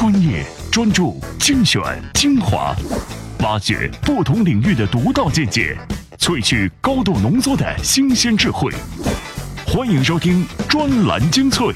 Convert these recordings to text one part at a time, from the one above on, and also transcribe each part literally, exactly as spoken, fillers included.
专业、专注、精选、精华，挖掘不同领域的独到见解，萃取高度浓缩的新鲜智慧。欢迎收听专栏精粹。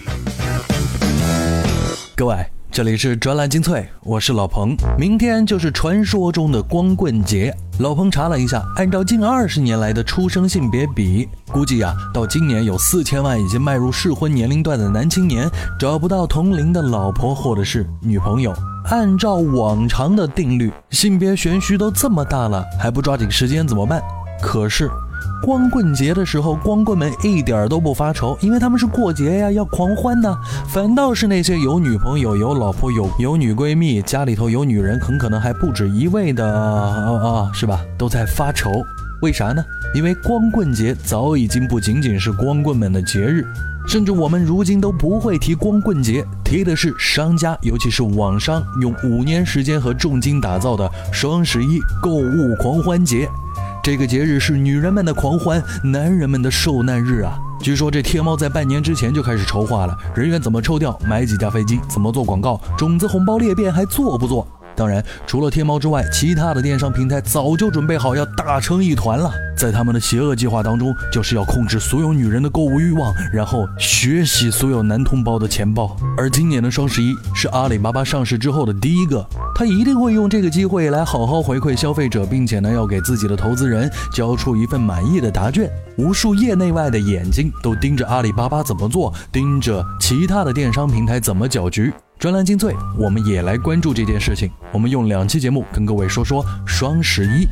各位，这里是专栏精粹，我是老彭。明天就是传说中的光棍节。老彭查了一下，按照近二十年来的出生性别比，估计啊，到今年有四千万已经迈入适婚年龄段的男青年找不到同龄的老婆或者是女朋友。按照往常的定律，性别悬殊都这么大了，还不抓紧时间怎么办？可是光棍节的时候，光棍们一点都不发愁，因为他们是过节呀，要狂欢呢。反倒是那些有女朋友、有老婆、有有女闺蜜，家里头有女人，很可能还不止一位的啊啊，是吧？都在发愁。为啥呢？因为光棍节早已经不仅仅是光棍们的节日，甚至我们如今都不会提光棍节，提的是商家，尤其是网商用五年时间和重金打造的双十一购物狂欢节。这个节日是女人们的狂欢，男人们的受难日啊！据说这天猫在半年之前就开始筹划了，人员怎么抽调，买几架飞机，怎么做广告，种子红包裂变还做不做？当然，除了天猫之外，其他的电商平台早就准备好要打成一团了。在他们的邪恶计划当中，就是要控制所有女人的购物欲望，然后学习所有男同胞的钱包。而今年的双十一是阿里巴巴上市之后的第一个，他一定会用这个机会来好好回馈消费者，并且呢，要给自己的投资人交出一份满意的答卷。无数业内外的眼睛都盯着阿里巴巴怎么做，盯着其他的电商平台怎么搅局。专栏精粹，我们也来关注这件事情。我们用两期节目跟各位说说双十一。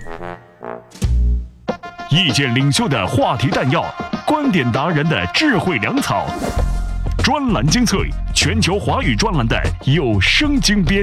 意见领袖的话题弹药，观点达人的智慧粮草。专栏精粹，全球华语专栏的有声精编。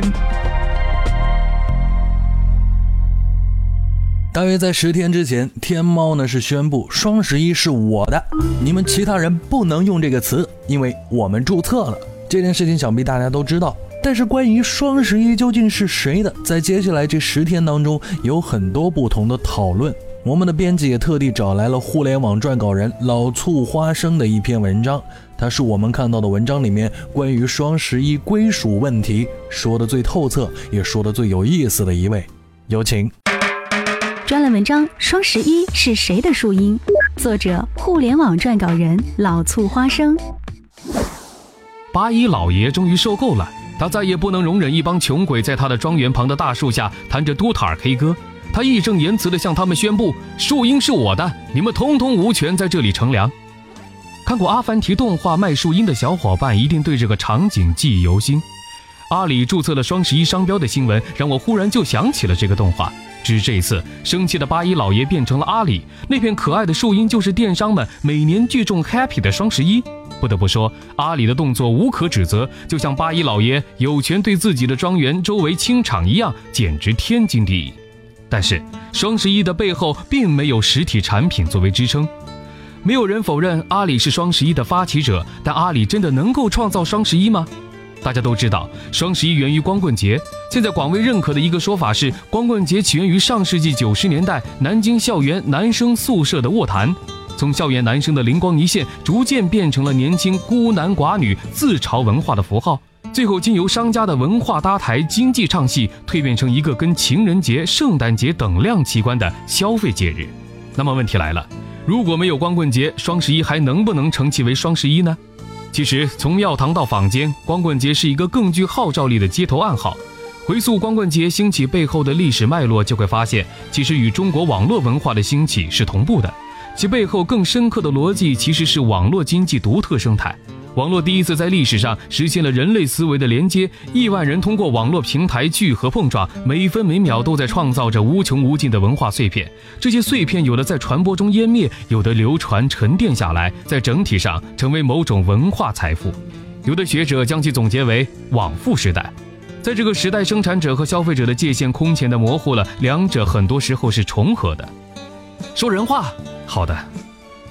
大约在十天之前，天猫呢是宣布双十一是我的，你们其他人不能用这个词，因为我们注册了。这件事情想必大家都知道，但是关于双十一究竟是谁的，在接下来这十天当中有很多不同的讨论。我们的编辑也特地找来了互联网撰稿人老醋花生的一篇文章，它是我们看到的文章里面关于双十一归属问题说的最透彻，也说的最有意思的一位。有请。 专栏文章《双十一是谁的树荫》，作者互联网撰稿人老醋花生。 八一老爷终于受够了，他再也不能容忍一帮穷鬼在他的庄园旁的大树下弹着都塔尔 K 歌。他义正言辞地向他们宣布，树荫是我的，你们通通无权在这里乘凉。看过阿凡提动画卖树荫的小伙伴一定对这个场景记忆犹新。阿里注册了双十一商标的新闻让我忽然就想起了这个动画，只是这一次生气的八一老爷变成了阿里，那片可爱的树荫就是电商们每年聚众 happy 的双十一。不得不说，阿里的动作无可指责，就像八一老爷有权对自己的庄园周围清场一样，简直天经地义。但是双十一的背后并没有实体产品作为支撑。没有人否认阿里是双十一的发起者，但阿里真的能够创造双十一吗？大家都知道，双十一源于光棍节。现在广为认可的一个说法是，光棍节起源于上世纪九十年代南京校园男生宿舍的卧谈，从校园男生的灵光一现，逐渐变成了年轻孤男寡女自嘲文化的符号，最后经由商家的文化搭台、经济唱戏，蜕变成一个跟情人节、圣诞节等量齐观的消费节日。那么问题来了，如果没有光棍节，双十一还能不能称其为双十一呢？其实从庙堂到坊间，光棍节是一个更具号召力的街头暗号。回溯光棍节兴起背后的历史脉络，就会发现其实与中国网络文化的兴起是同步的，其背后更深刻的逻辑其实是网络经济独特生态。网络第一次在历史上实现了人类思维的连接，亿万人通过网络平台聚合碰撞，每分每秒都在创造着无穷无尽的文化碎片。这些碎片有的在传播中湮灭，有的流传沉淀下来，在整体上成为某种文化财富。有的学者将其总结为网富时代。在这个时代，生产者和消费者的界限空前地模糊了，两者很多时候是重合的。说人话，好的。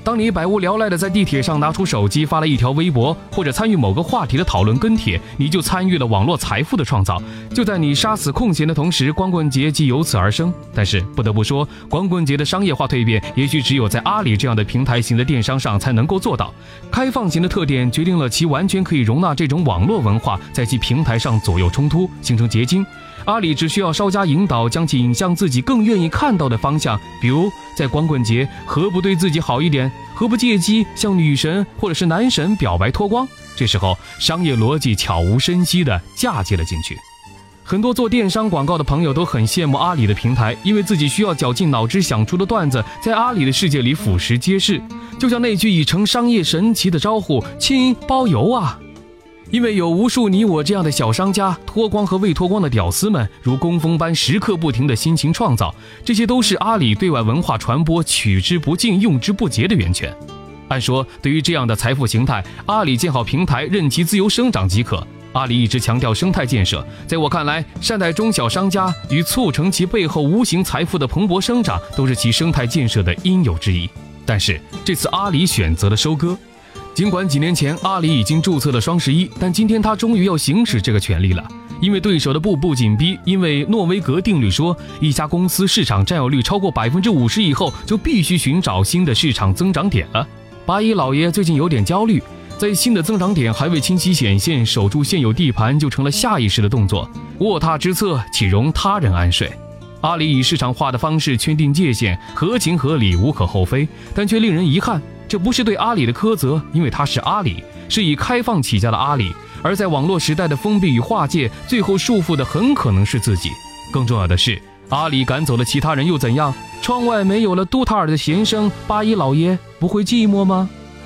当你百无聊赖的在地铁上拿出手机发了一条微博，或者参与某个话题的讨论跟帖，你就参与了网络财富的创造。就在你杀死空闲的同时，光棍节即由此而生。但是不得不说，光棍节的商业化蜕变也许只有在阿里这样的平台型的电商上才能够做到。开放型的特点决定了其完全可以容纳这种网络文化在其平台上左右冲突，形成结晶。阿里只需要稍加引导，将其引向自己更愿意看到的方向，比如在光棍节何不对自己好一点，何不借机向女神或者是男神表白脱光。这时候商业逻辑悄无声息地嫁接了进去。很多做电商广告的朋友都很羡慕阿里的平台，因为自己需要绞尽脑汁想出的段子在阿里的世界里俯拾皆是。就像那句已成商业神奇的招呼，亲包邮啊。因为有无数你我这样的小商家，脱光和未脱光的屌丝们如工蜂般时刻不停的辛勤创造，这些都是阿里对外文化传播取之不尽用之不竭的源泉。按说对于这样的财富形态，阿里建好平台任其自由生长即可。阿里一直强调生态建设，在我看来，善待中小商家与促成其背后无形财富的蓬勃生长都是其生态建设的应有之义。但是这次阿里选择了收割。尽管几年前阿里已经注册了双十一，但今天他终于要行使这个权利了。因为对手的步步紧逼，因为诺维格定律说，一家公司市场占有率超过 百分之五十 以后，就必须寻找新的市场增长点了。八一老爷最近有点焦虑，在新的增长点还未清晰显现，守住现有地盘就成了下意识的动作。卧榻之侧岂容他人安睡？阿里以市场化的方式圈定界限，合情合理，无可厚非，但却令人遗憾，这不是对阿里的苛责，因为它是阿里，是以开放起家的阿里。而在网络时代的封闭与划界，最后束缚的很可能是自己。更重要的是，阿里赶走了其他人又怎样？窗外没有了杜塔尔的弦声，八一老爷不会寂寞吗？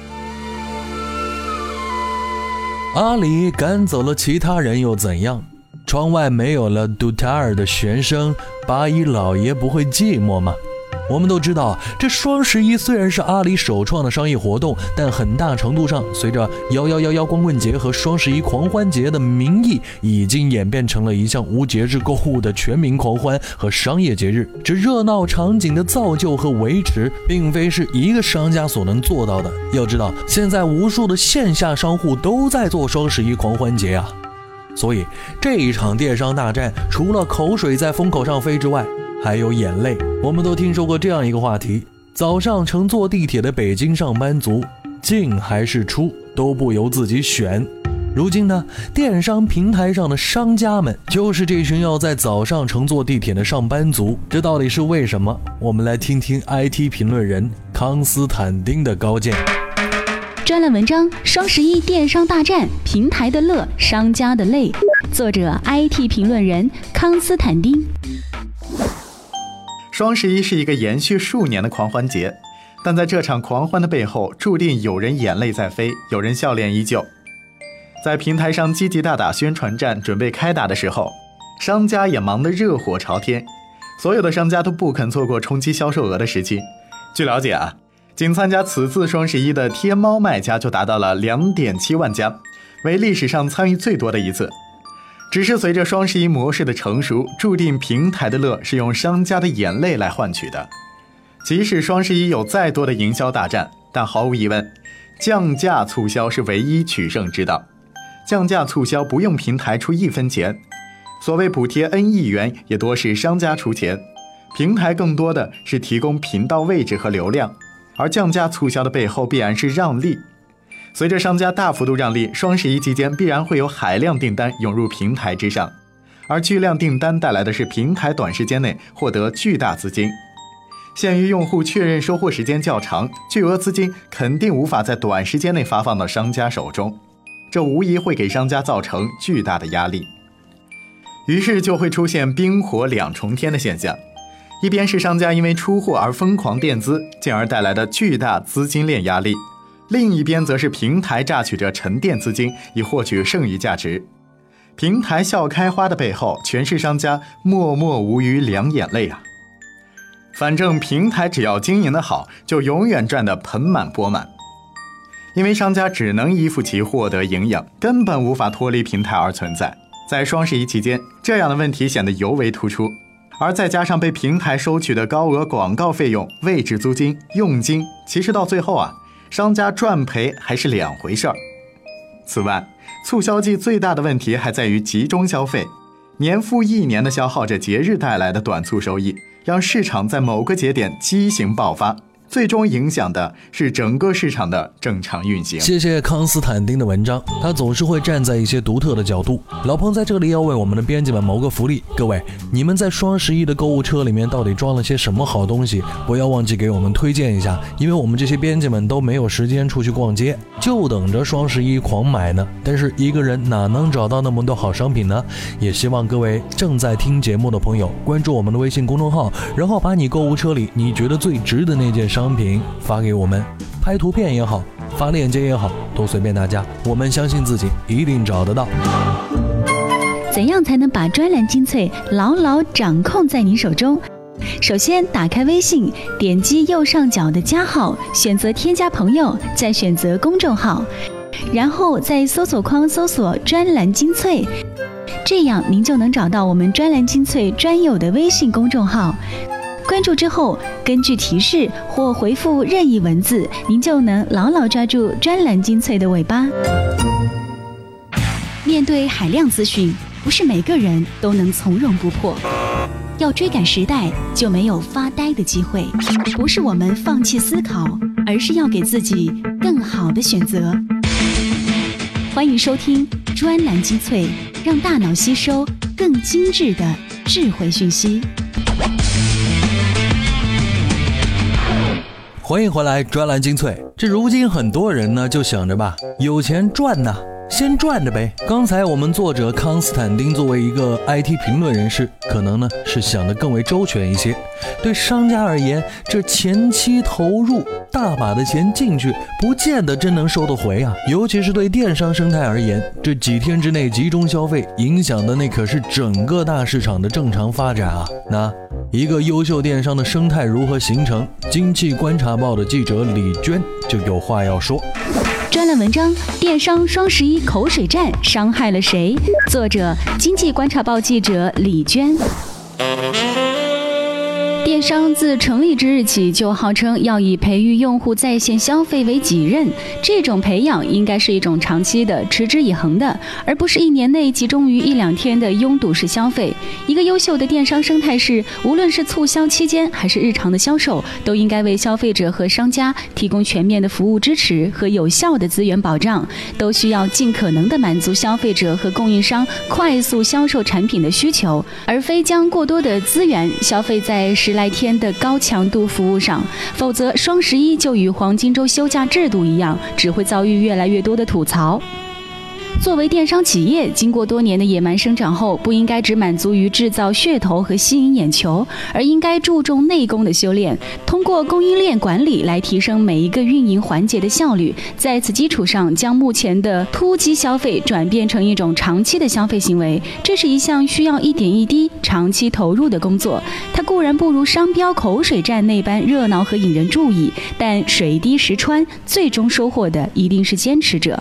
阿里赶走了其他人又怎样？窗外没有了杜塔尔的弦声，八一老爷不会寂寞吗？我们都知道，这双十一虽然是阿里首创的商业活动，但很大程度上随着幺幺幺幺光棍节和双十一狂欢节的名义，已经演变成了一项无节制购物的全民狂欢和商业节日。这热闹场景的造就和维持，并非是一个商家所能做到的。要知道，现在无数的线下商户都在做双十一狂欢节啊。所以这一场电商大战，除了口水在风口上飞之外，还有眼泪。我们都听说过这样一个话题：早上乘坐地铁的北京上班族，进还是出都不由自己选。如今呢，电商平台上的商家们就是这群要在早上乘坐地铁的上班族，这到底是为什么？我们来听听 I T 评论人康斯坦丁的高见。 专栏文章：双十一电商大战，平台的乐，商家的累。作者 I T 评论人康斯坦丁。 双十一是一个延续数年的狂欢节，但在这场狂欢的背后，注定有人眼泪在飞，有人笑脸依旧。在平台上积极大打宣传战准备开打的时候，商家也忙得热火朝天，所有的商家都不肯错过冲击销售额的时期。据了解啊，仅参加此次双十一的天猫卖家就达到了 两点七万家，为历史上参与最多的一次。只是随着双十一模式的成熟，注定平台的乐是用商家的眼泪来换取的。即使双十一有再多的营销大战，但毫无疑问，降价促销是唯一取胜之道。降价促销不用平台出一分钱，所谓补贴 N 亿元也多是商家出钱，平台更多的是提供频道位置和流量，而降价促销的背后必然是让利。随着商家大幅度让利，双十一期间必然会有海量订单涌入平台之上，而巨量订单带来的是平台短时间内获得巨大资金。限于用户确认收货时间较长，巨额资金肯定无法在短时间内发放到商家手中，这无疑会给商家造成巨大的压力。于是就会出现冰火两重天的现象，一边是商家因为出货而疯狂垫资，进而带来的巨大资金链压力，另一边则是平台榨取着沉淀资金以获取剩余价值。平台笑开花的背后，全是商家默默无语两眼泪啊！反正平台只要经营得好，就永远赚得盆满钵满。因为商家只能依附其获得营养，根本无法脱离平台而存在。在双十一期间，这样的问题显得尤为突出。 而再加上被平台收取的高额广告费用、位置租金、佣金，其实到最后啊，商家赚赔还是两回事儿。此外，促销季最大的问题还在于集中消费，年复一年的消耗着节日带来的短促收益，让市场在某个节点畸形爆发，最终影响的是整个市场的正常运行。 谢谢康斯坦丁的文章，他总是会站在一些独特的角度。老彭在这里要为我们的编辑们谋个福利，各位，你们在双十一的购物车里面到底装了些什么好东西？不要忘记给我们推荐一下，因为我们这些编辑们都没有时间出去逛街，就等着双十一狂买呢。但是一个人哪能找到那么多好商品呢？也希望各位正在听节目的朋友关注我们的微信公众号，然后把你购物车里你觉得最值的那件商品发给我们，拍图片也好，发链接也好，都随便大家，我们相信自己一定找得到。 怎样才能把专栏精粹牢牢掌控在你手中？首先打开微信，点击右上角的加号，选择添加朋友，再选择公众号，然后在搜索框搜索专栏精粹，这样您就能找到我们专栏精粹专有的微信公众号。关注之后，根据提示或回复任意文字，您就能牢牢抓住专栏精粹的尾巴。面对海量资讯，不是每个人都能从容不迫。要追赶时代，就没有发呆的机会。不是我们放弃思考，而是要给自己更好的选择。欢迎收听专栏精粹，让大脑吸收更精致的智慧讯息。 欢迎回来，专栏精粹。这如今很多人呢就想着吧，有钱赚呐，先赚着呗。刚才我们作者康斯坦丁作为一个 I T 评论人士，可能呢是想得更为周全一些。对商家而言，这前期投入大把的钱进去，不见得真能收得回啊。尤其是对电商生态而言，这几天之内集中消费，影响的那可是整个大市场的正常发展啊。那一个优秀电商的生态如何形成？经济观察报的记者李娟就有话要说。 专栏文章：电商双十一口水战伤害了谁？作者：经济观察报记者李娟。电商自成立之日起就号称要以培育用户在线消费为己任，这种培养应该是一种长期的、持之以恒的，而不是一年内集中于一两天的拥堵式消费。一个优秀的电商生态是，无论是促销期间还是日常的销售，都应该为消费者和商家提供全面的服务支持和有效的资源保障，都需要尽可能的满足消费者和供应商快速销售产品的需求，而非将过多的资源消费在十来天的高强度服务上，否则双十一就与黄金周休假制度一样，只会遭遇越来越多的吐槽。作为电商企业，经过多年的野蛮生长后，不应该只满足于制造噱头和吸引眼球，而应该注重内功的修炼，通过供应链管理来提升每一个运营环节的效率，在此基础上将目前的突击消费转变成一种长期的消费行为。这是一项需要一点一滴长期投入的工作，它固然不如商标口水战那般热闹和引人注意，但水滴石穿，最终收获的一定是坚持者。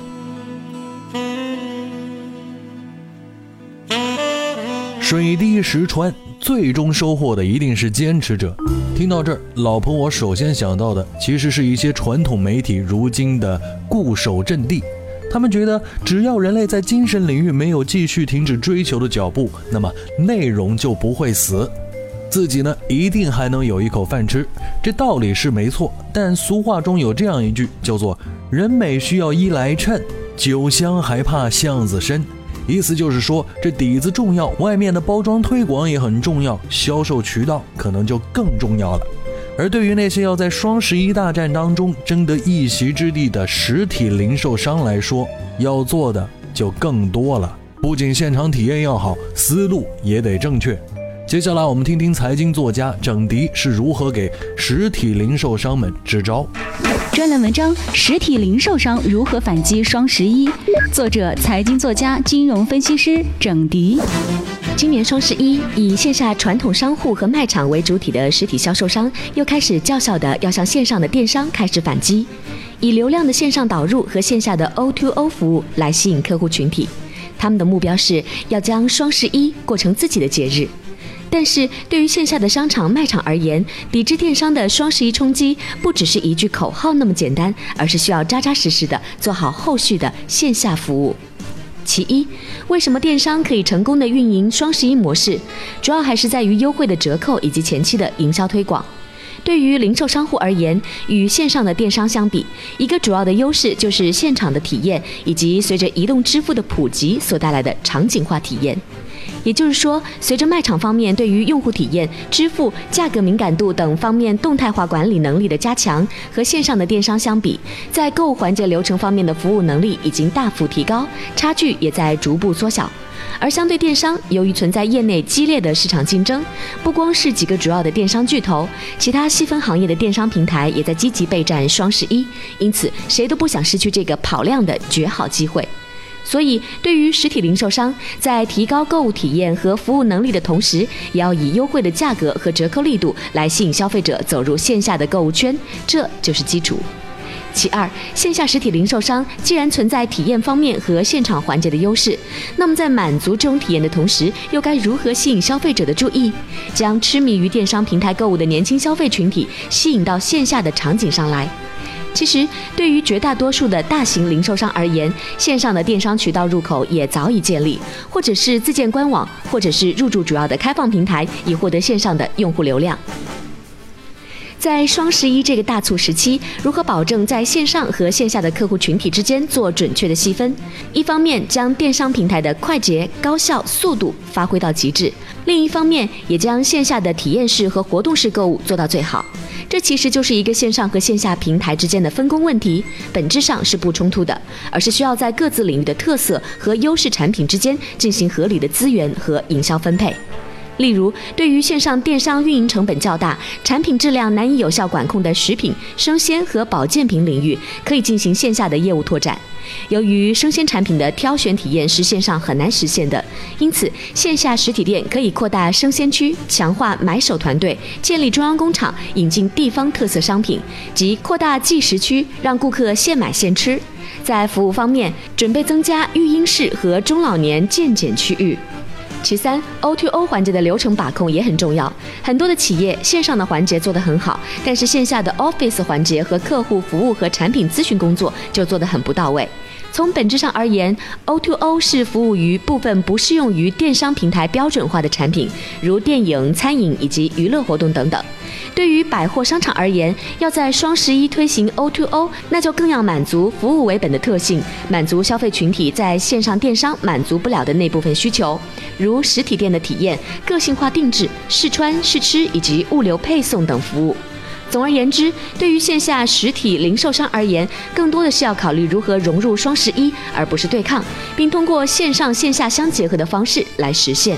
水滴石穿，最终收获的一定是坚持者。听到这儿，老彭我首先想到的其实是一些传统媒体如今的固守阵地。他们觉得只要人类在精神领域没有继续停止追求的脚步，那么内容就不会死，自己呢一定还能有一口饭吃。这道理是没错，但俗话中有这样一句叫做人美需要衣来衬，酒香还怕巷子深。意思就是说，这底子重要，外面的包装推广也很重要，销售渠道可能就更重要了。而对于那些要在双十一大战当中争得一席之地的实体零售商来说，要做的就更多了。不仅现场体验要好，思路也得正确。接下来我们听听财经作家整迪是如何给实体零售商们支招。 专栏文章：实体零售商如何反击双十一？作者：财经作家、金融分析师整迪。 今年双十一，以线下传统商户和卖场为主体的实体销售商又开始叫嚣的要向线上的电商开始反击，以流量的线上导入和线下的 O to O 服务来吸引客户群体。他们的目标是要将双十一过成自己的节日。 但是对于线下的商场卖场而言，抵制电商的双十一冲击不只是一句口号那么简单，而是需要扎扎实实的做好后续的线下服务。其一，为什么电商可以成功的运营双十一模式，主要还是在于优惠的折扣以及前期的营销推广。对于零售商户而言，与线上的电商相比，一个主要的优势就是现场的体验，以及随着移动支付的普及所带来的场景化体验。也就是说，随着卖场方面对于用户体验、支付、价格敏感度等方面动态化管理能力的加强，和线上的电商相比，在购物环节流程方面的服务能力已经大幅提高，差距也在逐步缩小。而相对电商，由于存在业内激烈的市场竞争，不光是几个主要的电商巨头，其他细分行业的电商平台也在积极备战双十一，因此谁都不想失去这个跑量的绝好机会。所以，对于实体零售商，在提高购物体验和服务能力的同时，也要以优惠的价格和折扣力度来吸引消费者走入线下的购物圈，这就是基础。其二，线下实体零售商既然存在体验方面和现场环节的优势，那么在满足这种体验的同时，又该如何吸引消费者的注意，将痴迷于电商平台购物的年轻消费群体吸引到线下的场景上来？其实，对于绝大多数的大型零售商而言，线上的电商渠道入口也早已建立，或者是自建官网，或者是入驻主要的开放平台，以获得线上的用户流量。在双十一这个大促时期，如何保证在线上和线下的客户群体之间做准确的细分？一方面将电商平台的快捷、高效、速度发挥到极致，另一方面也将线下的体验式和活动式购物做到最好。这其实就是一个线上和线下平台之间的分工问题，本质上是不冲突的，而是需要在各自领域的特色和优势产品之间进行合理的资源和营销分配。例如，对于线上电商运营成本较大、产品质量难以有效管控的食品、生鲜和保健品领域，可以进行线下的业务拓展。由于生鲜产品的挑选体验是线上很难实现的，因此线下实体店可以扩大生鲜区，强化买手团队，建立中央工厂，引进地方特色商品，及扩大即食区，让顾客现买现吃。在服务方面，准备增加育婴室和中老年健检区域。其三 ，O to O 环节的流程把控也很重要。很多的企业线上的环节做得很好，但是线下的 Office 环节和客户服务和产品咨询工作就做得很不到位。从本质上而言 ，O to O 是服务于部分不适用于电商平台标准化的产品，如电影、餐饮以及娱乐活动等等。对于百货商场而言，要在双十一推行 O to O， 那就更要满足服务为本的特性，满足消费群体在线上电商满足不了的那部分需求，如实体店的体验、个性化定制、试穿、试吃以及物流配送等服务。总而言之，对于线下实体零售商而言，更多的是要考虑如何融入双十一，而不是对抗，并通过线上线下相结合的方式来实现。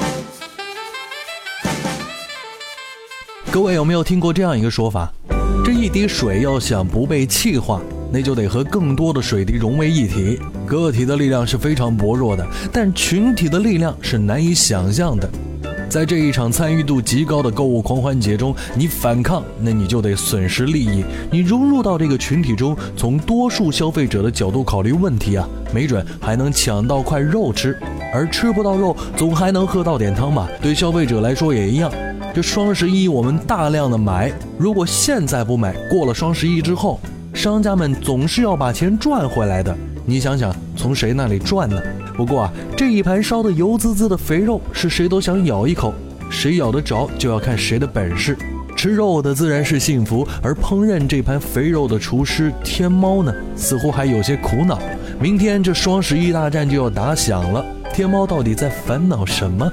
各位有没有听过这样一个说法？这一滴水要想不被气化，那就得和更多的水滴融为一体。个体的力量是非常薄弱的，但群体的力量是难以想象的。在这一场参与度极高的购物狂欢节中，你反抗，那你就得损失利益；你融入到这个群体中，从多数消费者的角度考虑问题啊，没准还能抢到块肉吃。而吃不到肉，总还能喝到点汤吧？对消费者来说也一样。这双十一我们大量的买，如果现在不买，过了双十一之后，商家们总是要把钱赚回来的。你想想，从谁那里赚呢？不过啊，这一盘烧的油滋滋的肥肉是谁都想咬一口，谁咬得着就要看谁的本事。吃肉的自然是幸福，而烹饪这盘肥肉的厨师天猫呢，似乎还有些苦恼。明天这双十一大战就要打响了，天猫到底在烦恼什么？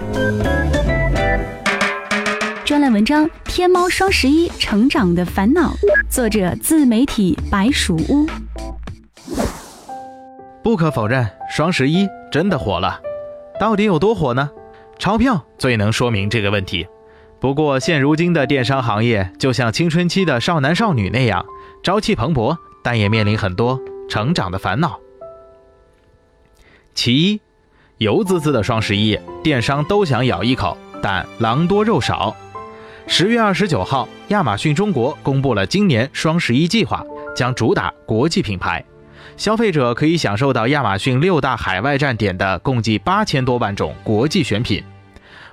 专栏文章《天猫双十一成长的烦恼》，作者自媒体白鼠屋。 不可否认，双十一真的火了。到底有多火呢？钞票最能说明这个问题。不过现如今的电商行业就像青春期的少男少女那样，朝气蓬勃，但也面临很多成长的烦恼。其一，油滋滋的双十一，电商都想咬一口，但狼多肉少。十月二十九号，亚马逊中国公布了今年双十一计划，将主打国际品牌。消费者可以享受到亚马逊六大海外站点的共计八千多万种国际选品。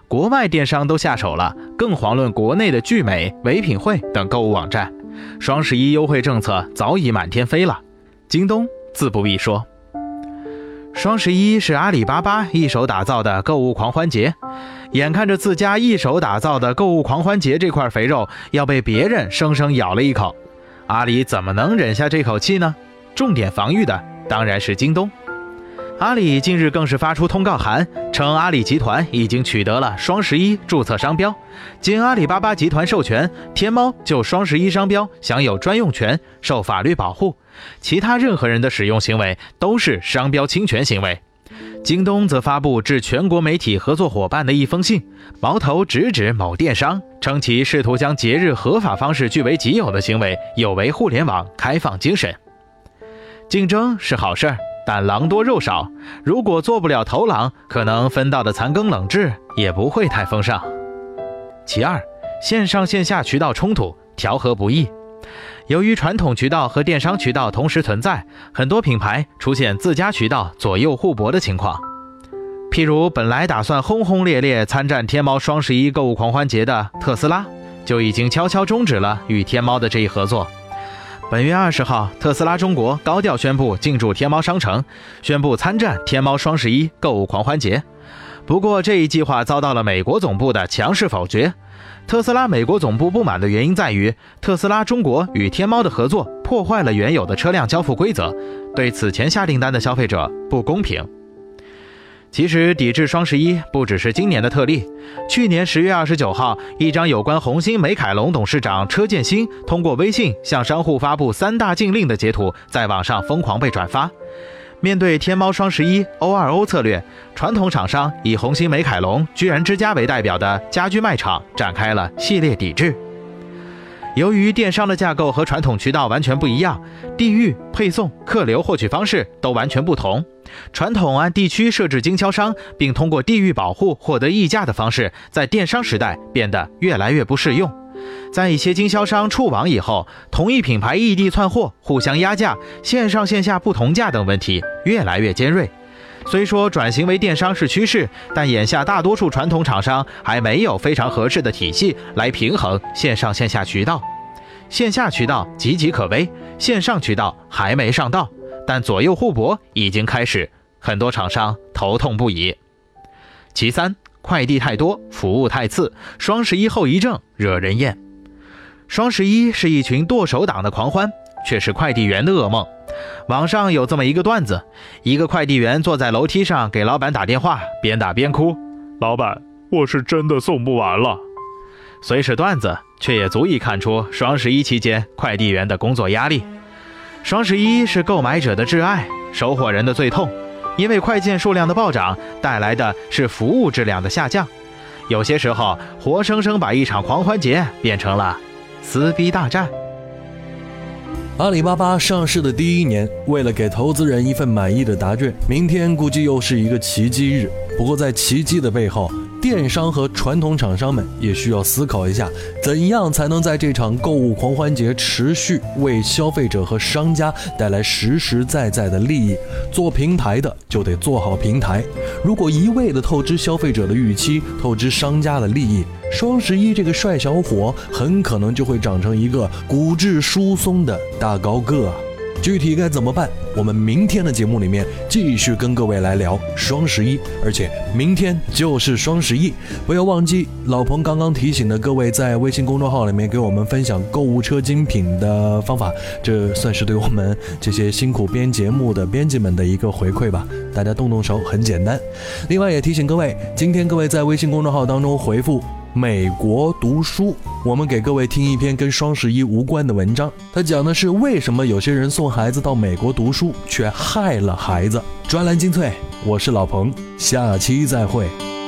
国外电商都下手了，更遑论国内的聚美、唯品会等购物网站。双十一优惠政策早已满天飞了，京东自不必说。双十一是阿里巴巴一手打造的购物狂欢节，眼看着自家一手打造的购物狂欢节这块肥肉要被别人生生咬了一口，阿里怎么能忍下这口气呢？重点防御的当然是京东。阿里近日更是发出通告函，称阿里集团已经取得了双十一注册商标，经阿里巴巴集团授权，天猫就双十一商标享有专用权，受法律保护，其他任何人的使用行为都是商标侵权行为。京东则发布致全国媒体合作伙伴的一封信，矛头直指某电商，称其试图将节日合法方式据为己有的行为有违互联网开放精神。竞争是好事儿，但狼多肉少，如果做不了头狼，可能分到的残羹冷炙也不会太丰盛。其二，线上线下渠道冲突，调和不易。由于传统渠道和电商渠道同时存在，很多品牌出现自家渠道左右互搏的情况。譬如本来打算轰轰烈烈参战天猫双十一购物狂欢节的特斯拉，就已经悄悄终止了与天猫的这一合作。本月二十号，特斯拉中国高调宣布进驻天猫商城，宣布参战天猫双十一购物狂欢节。不过这一计划遭到了美国总部的强势否决。特斯拉美国总部不满的原因在于，特斯拉中国与天猫的合作破坏了原有的车辆交付规则，对此前下订单的消费者不公平。其实抵制双十一不只是今年的特例，去年十月二十九号，一张有关红星美凯龙董事长车建新通过微信向商户发布三大禁令的截图在网上疯狂被转发。面对天猫双十一 O 二 O 策略，传统厂商以红星美凯龙、居然之家为代表的家居卖场展开了系列抵制。由于电商的架构和传统渠道完全不一样，地域、配送、客流获取方式都完全不同。传统按地区设置经销商，并通过地域保护获得溢价的方式，在电商时代变得越来越不适用。在一些经销商触网以后，同一品牌异地窜货、互相压价、线上线下不同价等问题越来越尖锐。虽说转型为电商是趋势，但眼下大多数传统厂商还没有非常合适的体系来平衡线上线下渠道。线下渠道岌岌可危，线上渠道还没上道，但左右互搏已经开始，很多厂商头痛不已。其三，快递太多，服务太次，双十一后遗症惹人厌。双十一是一群剁手党的狂欢，却是快递员的噩梦。网上有这么一个段子，一个快递员坐在楼梯上给老板打电话，边打边哭： 老板，我是真的送不完了。 虽是段子，却也足以看出双十一期间快递员的工作压力。双十一是购买者的挚爱，收货人的最痛，因为快件数量的暴涨带来的是服务质量的下降。有些时候活生生把一场狂欢节变成了撕逼大战。 阿里巴巴上市的第一年，为了给投资人一份满意的答卷，明天估计又是一个奇迹日。不过在奇迹的背后，电商和传统厂商们也需要思考一下，怎样才能在这场购物狂欢节持续为消费者和商家带来实实在在的利益。做平台的就得做好平台，如果一味的透支消费者的预期，透支商家的利益，双十一这个帅小伙很可能就会长成一个骨质疏松的大高个啊！具体该怎么办？我们明天的节目里面继续跟各位来聊双十一，而且明天就是双十一，不要忘记老彭刚刚提醒的各位，在微信公众号里面给我们分享购物车精品的方法，这算是对我们这些辛苦编节目的编辑们的一个回馈吧。大家动动手，很简单。另外也提醒各位，今天各位在微信公众号当中回复美国读书，我们给各位听一篇跟双十一无关的文章，它讲的是为什么有些人送孩子到美国读书却害了孩子。专栏精粹，我是老彭，下期再会。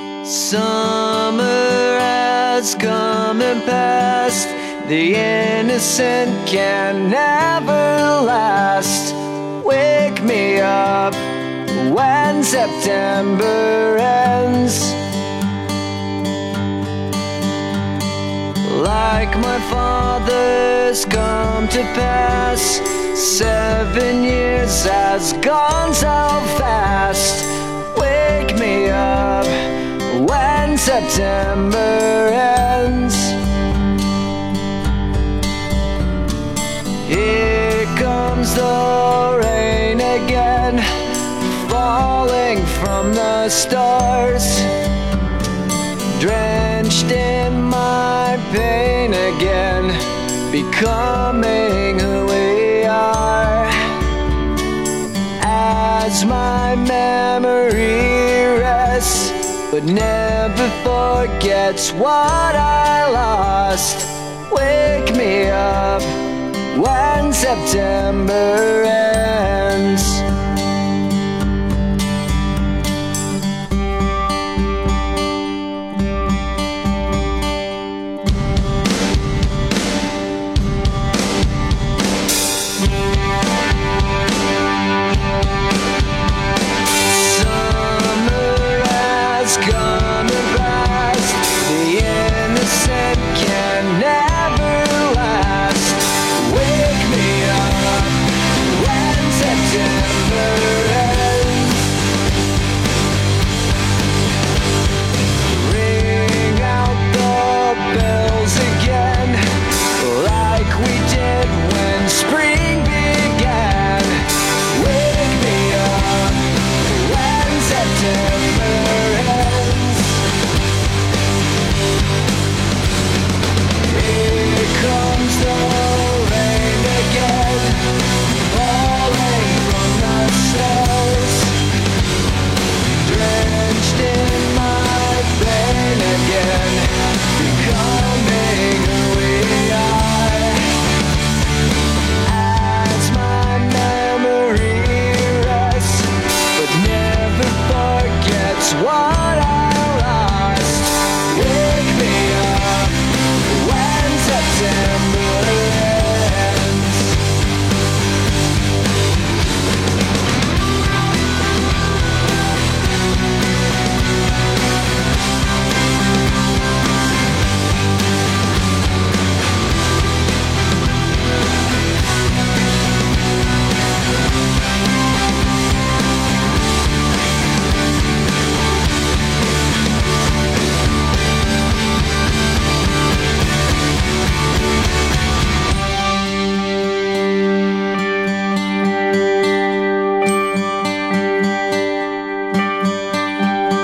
Summer has come and passed, the innocent can never last. Wake me up when September ends. Like my father's come to pass, seven years has gone so fast. Wake me up when September September ends. Here comes the rain again, falling from the stars, drenched in my pain again, becoming who we are. As my memory rests, but never forgets what I lost, wake me up when September ends.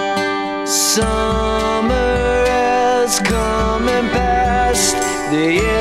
Summer has come and passed, the